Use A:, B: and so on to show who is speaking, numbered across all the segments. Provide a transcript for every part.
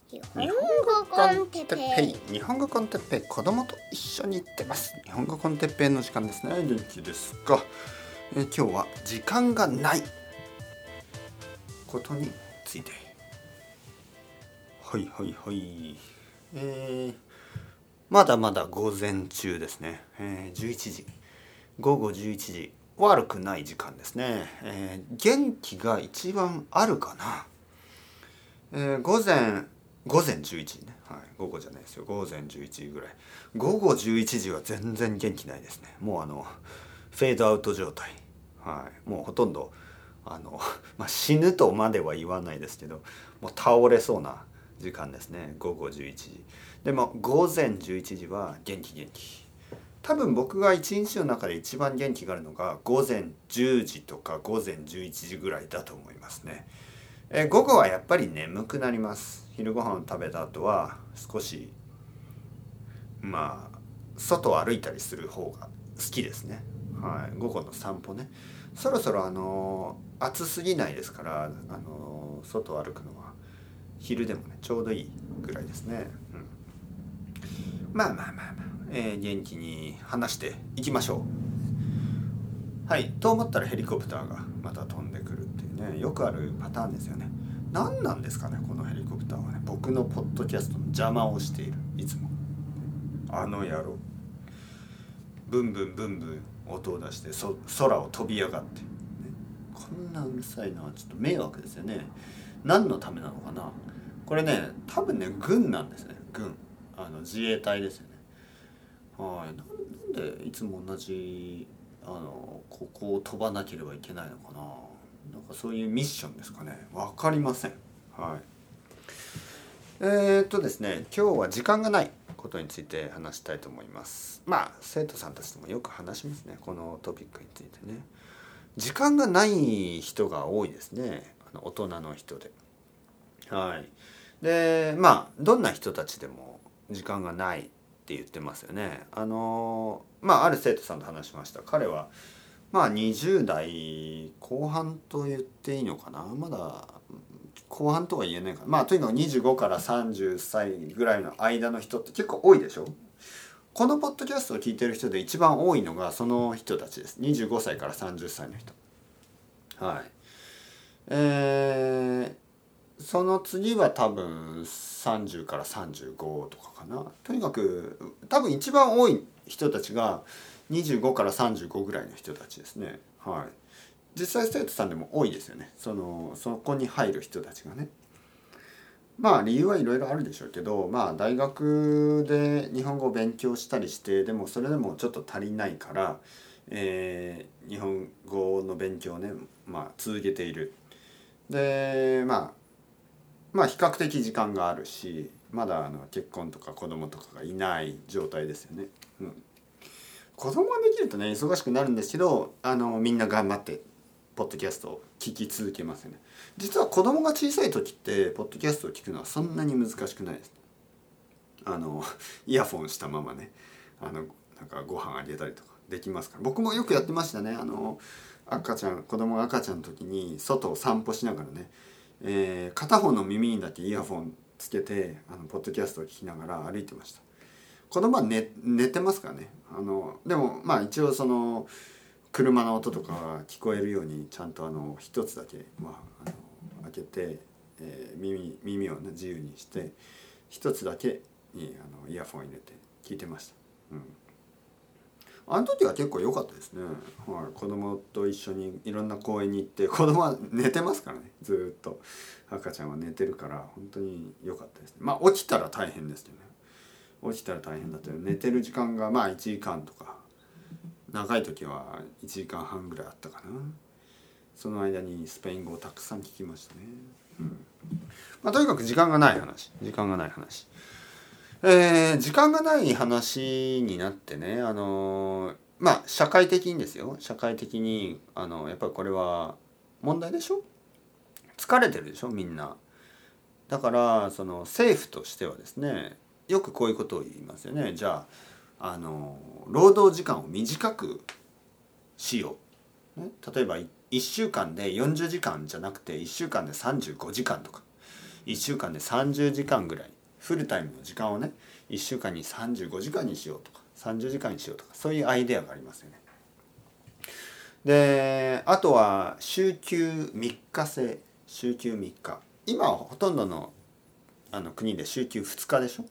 A: 日本語コンテッペイ、
B: 日本語コンテッペイ、子供と一緒に行ってます。日本語コンテッペイの時間ですね。元気ですか？今日は時間がないことについて。まだまだ午前中ですね。11時、午後11時、悪くない時間ですね。元気が一番あるかな。午前11時ね、午後じゃないですよ、午前11時ぐらい。午後11時は全然元気ないですね。もうフェードアウト状態、もうほとんど死ぬとまでは言わないですけど、もう倒れそうな時間ですね、午後11時。でも午前11時は元気。多分僕が一日の中で一番元気があるのが午前10時とか午前11時ぐらいだと思いますね。午後はやっぱり眠くなります。昼ご飯を食べた後は少し外を歩いたりする方が好きですね。午後の散歩ね。そろそろ暑すぎないですから、外を歩くのは昼でもねちょうどいいぐらいですね。元気に話していきましょう。と思ったらヘリコプターがまた飛んでくるっていうね、よくあるパターンですよね。何なんですかね、このヘリコプターはね。僕のポッドキャストの邪魔をしている。いつも野郎、ブンブン音を出して空を飛び上がって、こんなうるさいのはちょっと迷惑ですよね。何のためなのかな。これね、多分ね軍なんですね。軍、自衛隊ですよね。なんでいつも同じここを飛ばなければいけないのかな。なんかそういうミッションですかね。わかりません。ですね、今日は時間がないことについて話したいと思います。生徒さんたちともよく話しますね、このトピックについてね。時間がない人が多いですね、大人の人で。でどんな人たちでも時間がないって言ってますよね。ある生徒さんと話しました。彼は20代後半と言っていいのかな。まだ後半とは言えないかな。とにかく25から30歳ぐらいの間の人って結構多いでしょ。このポッドキャストを聞いてる人で一番多いのがその人たちです。25歳から30歳の人。その次は多分30から35とかかな。とにかく多分一番多い人たちが25から35ぐらいの人たちですね。実際生徒さんでも多いですよね。そこに入る人たちがね。理由はいろいろあるでしょうけど、大学で日本語を勉強したりして、でもそれでもちょっと足りないから、日本語の勉強をね、続けている。で比較的時間があるし、まだ結婚とか子供とかがいない状態ですよね。子供ができるとね忙しくなるんですけど、みんな頑張ってポッドキャストを聞き続けますよね。実は子供が小さい時ってポッドキャストを聞くのはそんなに難しくないです。イヤフォンしたままね、なんかご飯あげたりとかできますから。僕もよくやってましたね。子供が赤ちゃんの時に外を散歩しながらね、片方の耳にだけイヤフォンつけてポッドキャストを聞きながら歩いてました。子供は寝てますからね。でも一応車の音とかが聞こえるようにちゃんと一つだけ開けて、耳をね自由にして一つだけにイヤフォン入れて聞いてました。あの時は結構良かったですね。子供と一緒にいろんな公園に行って、子供は寝てますからね。ずっと赤ちゃんは寝てるから本当に良かったですね。起きたら大変ですけどね。起きたら大変だったよ。寝てる時間が1時間とか、長い時は1時間半ぐらいあったかな。その間にスペイン語をたくさん聞きましたね。とにかく時間がない話。時間がない話になってね、社会的にですよ。社会的にやっぱりこれは問題でしょ。疲れてるでしょみんな。だから政府としてはですね、よくこういうことを言いますよね。じゃあ労働時間を短くしよう、例えば1週間で40時間じゃなくて1週間で35時間とか、 1週間で30時間ぐらいフルタイムの時間をね1週間に35時間にしようとか30時間にしようとかそういうアイデアがありますよね。であとは週休3日制週休3日今はほとんどの国で週休2日でしょ。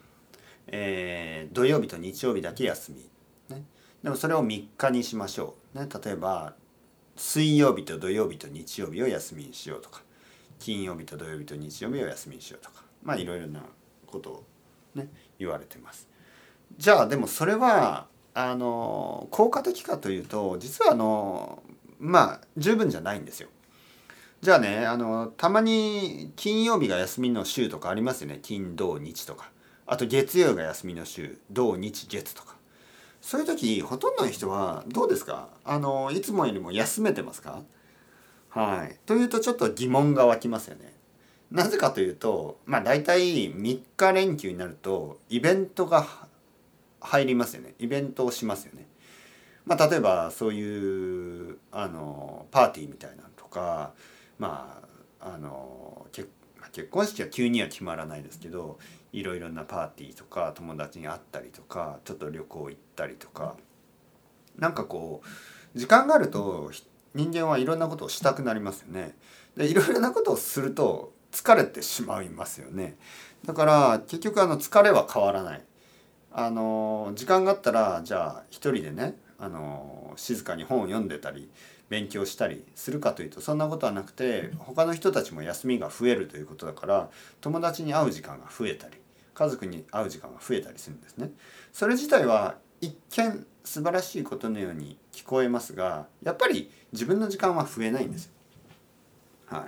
B: 土曜日と日曜日だけ休み、ね、でもそれを3日にしましょう、ね、例えば水曜日と土曜日と日曜日を休みにしようとか金曜日と土曜日と日曜日を休みにしようとかまあいろいろなことをね言われてます。じゃあでもそれは効果的かというと実はまあ十分じゃないんですよ。じゃあねたまに金曜日が休みの週とかありますよね。金土日とかあと月曜が休みの週土日月とかそういう時ほとんどの人はどうですかいつもよりも休めてますか。はい。というとちょっと疑問が湧きますよね。なぜかというとまあ大体3日連休になるとイベントが入りますよね。イベントをしますよね。まあ例えばそういうパーティーみたいなのとかまあ結婚式は急には決まらないですけどいろいろなパーティーとか友達に会ったりとかちょっと旅行行ったりとかなんかこう時間があると人間はいろんなことをしたくなりますよね。でいろいろなことをすると疲れてしまいますよね。だから結局疲れは変わらない。時間があったらじゃあ一人でね静かに本を読んでたり勉強したりするかというとそんなことはなくて他の人たちも休みが増えるということだから友達に会う時間が増えたり家族に会う時間が増えたりするんですね。それ自体は一見素晴らしいことのように聞こえますがやっぱり自分の時間は増えないんですよ。はい、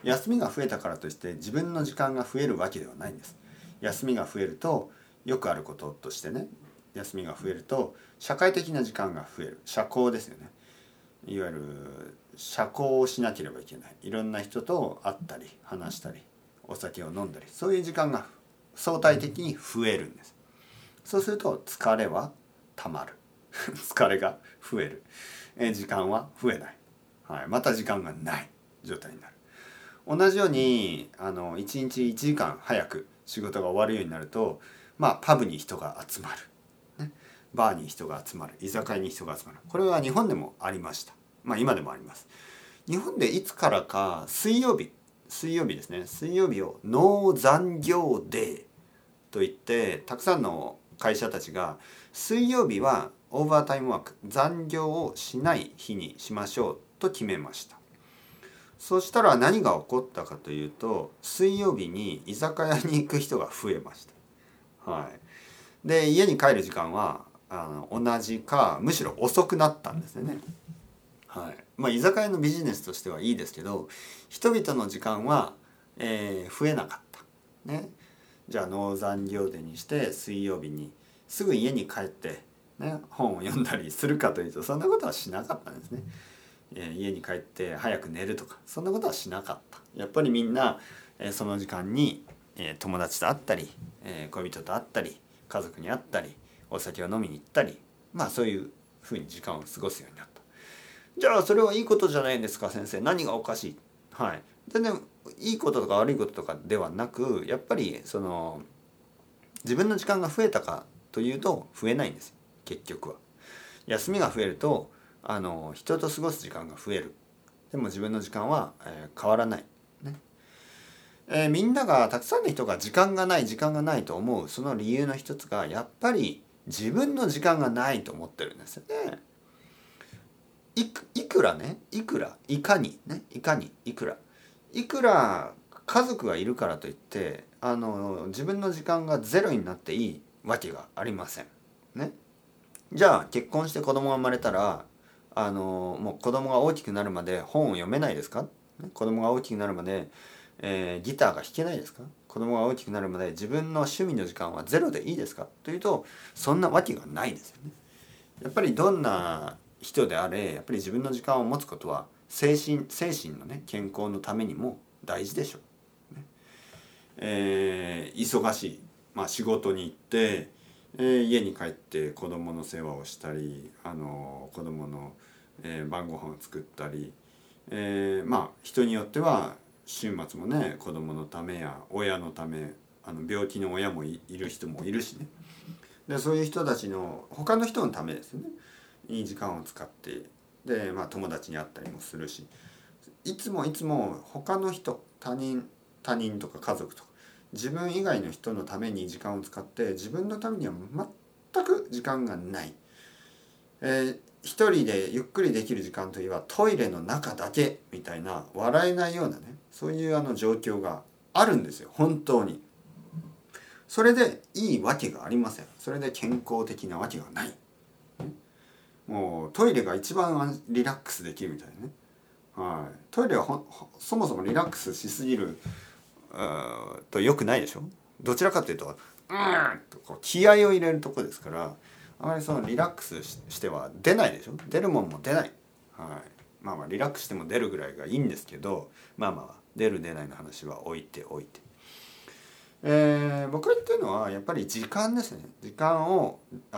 B: 休みが増えたからといって自分の時間が増えるわけではないんです。休みが増えるとよくあることとしてね休みが増えると社会的な時間が増える社交ですよね。いわゆる社交をしなければいけないいろんな人と会ったり話したりお酒を飲んだりそういう時間が相対的に増えるんです。そうすると疲れはたまる疲れが増える時間は増えない、はい、また時間がない状態になる。同じように1日1時間早く仕事が終わるようになるとまあパブに人が集まる、ね、バーに人が集まる居酒屋に人が集まる。これは日本でもありました。まあ今でもあります。日本でいつからか水曜日ですね水曜日をノー残業デーといってたくさんの会社たちが水曜日はオーバータイムワーク残業をしない日にしましょうと決めました。そしたら何が起こったかというと水曜日に居酒屋に行く人が増えました。はい、で家に帰る時間は同じかむしろ遅くなったんですよね。はい、まあ居酒屋のビジネスとしてはいいですけど人々の時間は、増えなかった。ね、じゃあノー残業デーにして水曜日にすぐ家に帰って、ね、本を読んだりするかというとそんなことはしなかったんですね。家に帰って早く寝るとかそんなことはしなかった。やっぱりみんな、その時間に、友達と会ったり、恋人と会ったり家族に会ったりお酒を飲みに行ったりまあそういうふうに時間を過ごすようになった。じゃあそれはいいことじゃないですか先生何がおかしい。はい、全然いいこととか悪いこととかではなくやっぱり自分の時間が増えたかというと増えないんです。結局は休みが増えると人と過ごす時間が増える。でも自分の時間は、変わらない、ね。みんながたくさんの人が時間がないと思うその理由の一つがやっぱり自分の時間がないと思ってるんですよね。いくら家族がいるからといって自分の時間がゼロになっていいわけがありません。ね。じゃあ結婚して子供が生まれたらもう子供が大きくなるまで本を読めないですか。子供が大きくなるまで、ギターが弾けないですか。子供が大きくなるまで自分の趣味の時間はゼロでいいですかというとそんなわけがないですよね。やっぱりどんな人であれやっぱり自分の時間を持つことは精神のね健康のためにも大事でしょう、ね。忙しい、まあ、仕事に行って家に帰って子供の世話をしたり子供の、晩ご飯を作ったり、まあ人によっては週末もね子供のためや親のため病気の親もいる人もいるしね。でそういう人たちの他の人のためですねいい時間を使ってで、友達に会ったりもするしいつも他の人他人とか家族とか自分以外の人のために時間を使って自分のためには全く時間がない。一人でゆっくりできる時間といえばトイレの中だけみたいな笑えないようなねそういう状況があるんですよ本当に。それでいいわけがありません。それで健康的なわけがない。もうトイレが一番リラックスできるみたいなね。はい、トイレはそもそもリラックスしすぎると良くないでしょ。どちらかというととこう気合を入れるとこですからあまりそのリラックスしては出ないでしょ。出るもんも出ない。はい、リラックスしても出るぐらいがいいんですけど出る出ないの話は置いておいて、僕が言ってるのはやっぱり時間ですね。時間を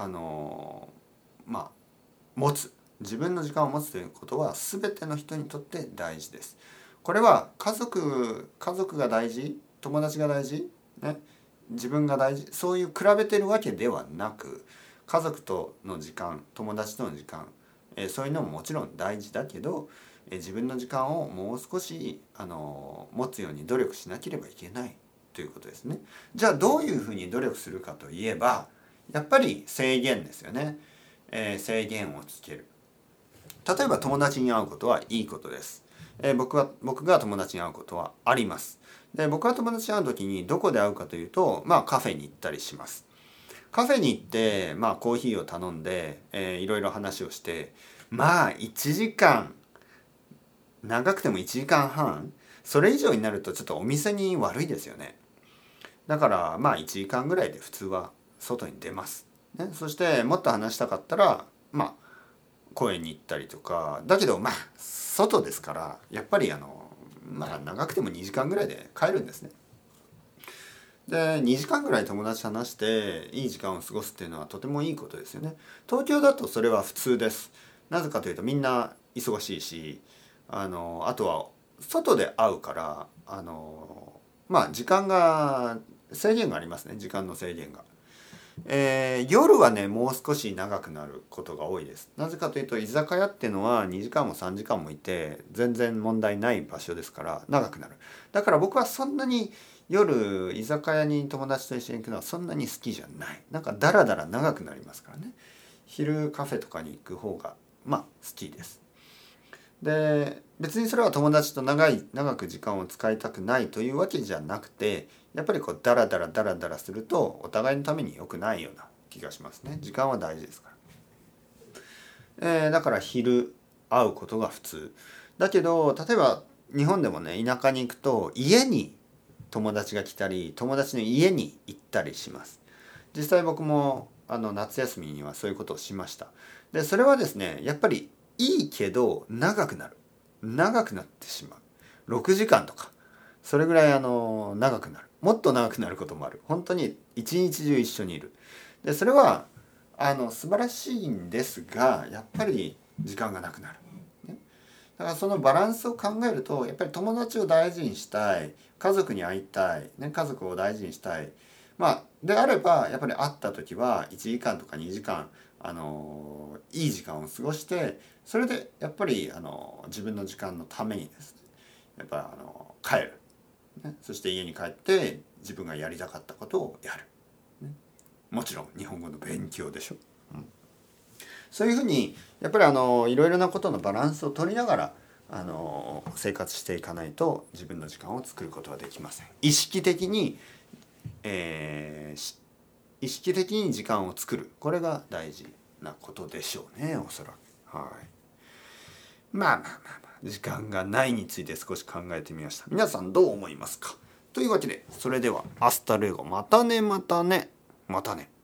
B: 持つ自分の時間を持つということは全ての人にとって大事です。これは家族が大事友達が大事、ね、自分が大事そういう比べてるわけではなく家族との時間友達との時間、そういうのももちろん大事だけど、自分の時間をもう少し持つように努力しなければいけないということですね。じゃあどういうふうに努力するかといえばやっぱり制限ですよね。制限をつける。例えば友達に会うことはいいことです。僕が友達に会うことはあります。で僕が友達に会う時にどこで会うかというとカフェに行ったりします。カフェに行ってコーヒーを頼んで、いろいろ話をして1時間長くても1時間半それ以上になるとちょっとお店に悪いですよね。だから1時間ぐらいで普通は外に出ます、ね、そしてもっと話したかったら公園に行ったりとかだけど外ですからやっぱり長くても2時間ぐらいで帰るんですね。で2時間ぐらい友達と話していい時間を過ごすっていうのはとてもいいことですよね。東京だとそれは普通です。なぜかというとみんな忙しいしあとは外で会うから時間が制限がありますね。時間の制限が、夜はねもう少し長くなることが多いです。なぜかというと居酒屋っていうのは2時間も3時間もいて全然問題ない場所ですから長くなる。だから僕はそんなに夜居酒屋に友達と一緒に行くのはそんなに好きじゃない。ダラダラ長くなりますからね。昼カフェとかに行く方が好きです。で別にそれは友達と長く時間を使いたくないというわけじゃなくてやっぱりダラダラするとお互いのために良くないような気がしますね。時間は大事ですから、だから昼会うことが普通だけど例えば日本でもね田舎に行くと家に友達が来たり友達の家に行ったりします。実際僕も夏休みにはそういうことをしました。でそれはですねやっぱりいいけど長くなってしまう。6時間とかそれぐらい長くなる。もっと長くなることもある。本当に一日中一緒にいる。でそれは素晴らしいんですがやっぱり時間がなくなる、ね、だからそのバランスを考えるとやっぱり友達を大事にしたい家族に会いたい、ね、家族を大事にしたいであればやっぱり会った時は1時間とか2時間いい時間を過ごしてそれでやっぱり自分の時間のためにですねやっぱ帰る、ね、そして家に帰って自分がやりたかったことをやる、ね、もちろん日本語の勉強でしょ、そういうふうにやっぱりいろいろなことのバランスを取りながら生活していかないと自分の時間を作ることはできません。意識的に時間を作るこれが大事なことでしょうねおそらく。はい、時間がないについて少し考えてみました。皆さんどう思いますか。というわけでそれではアスタルエゴまたね。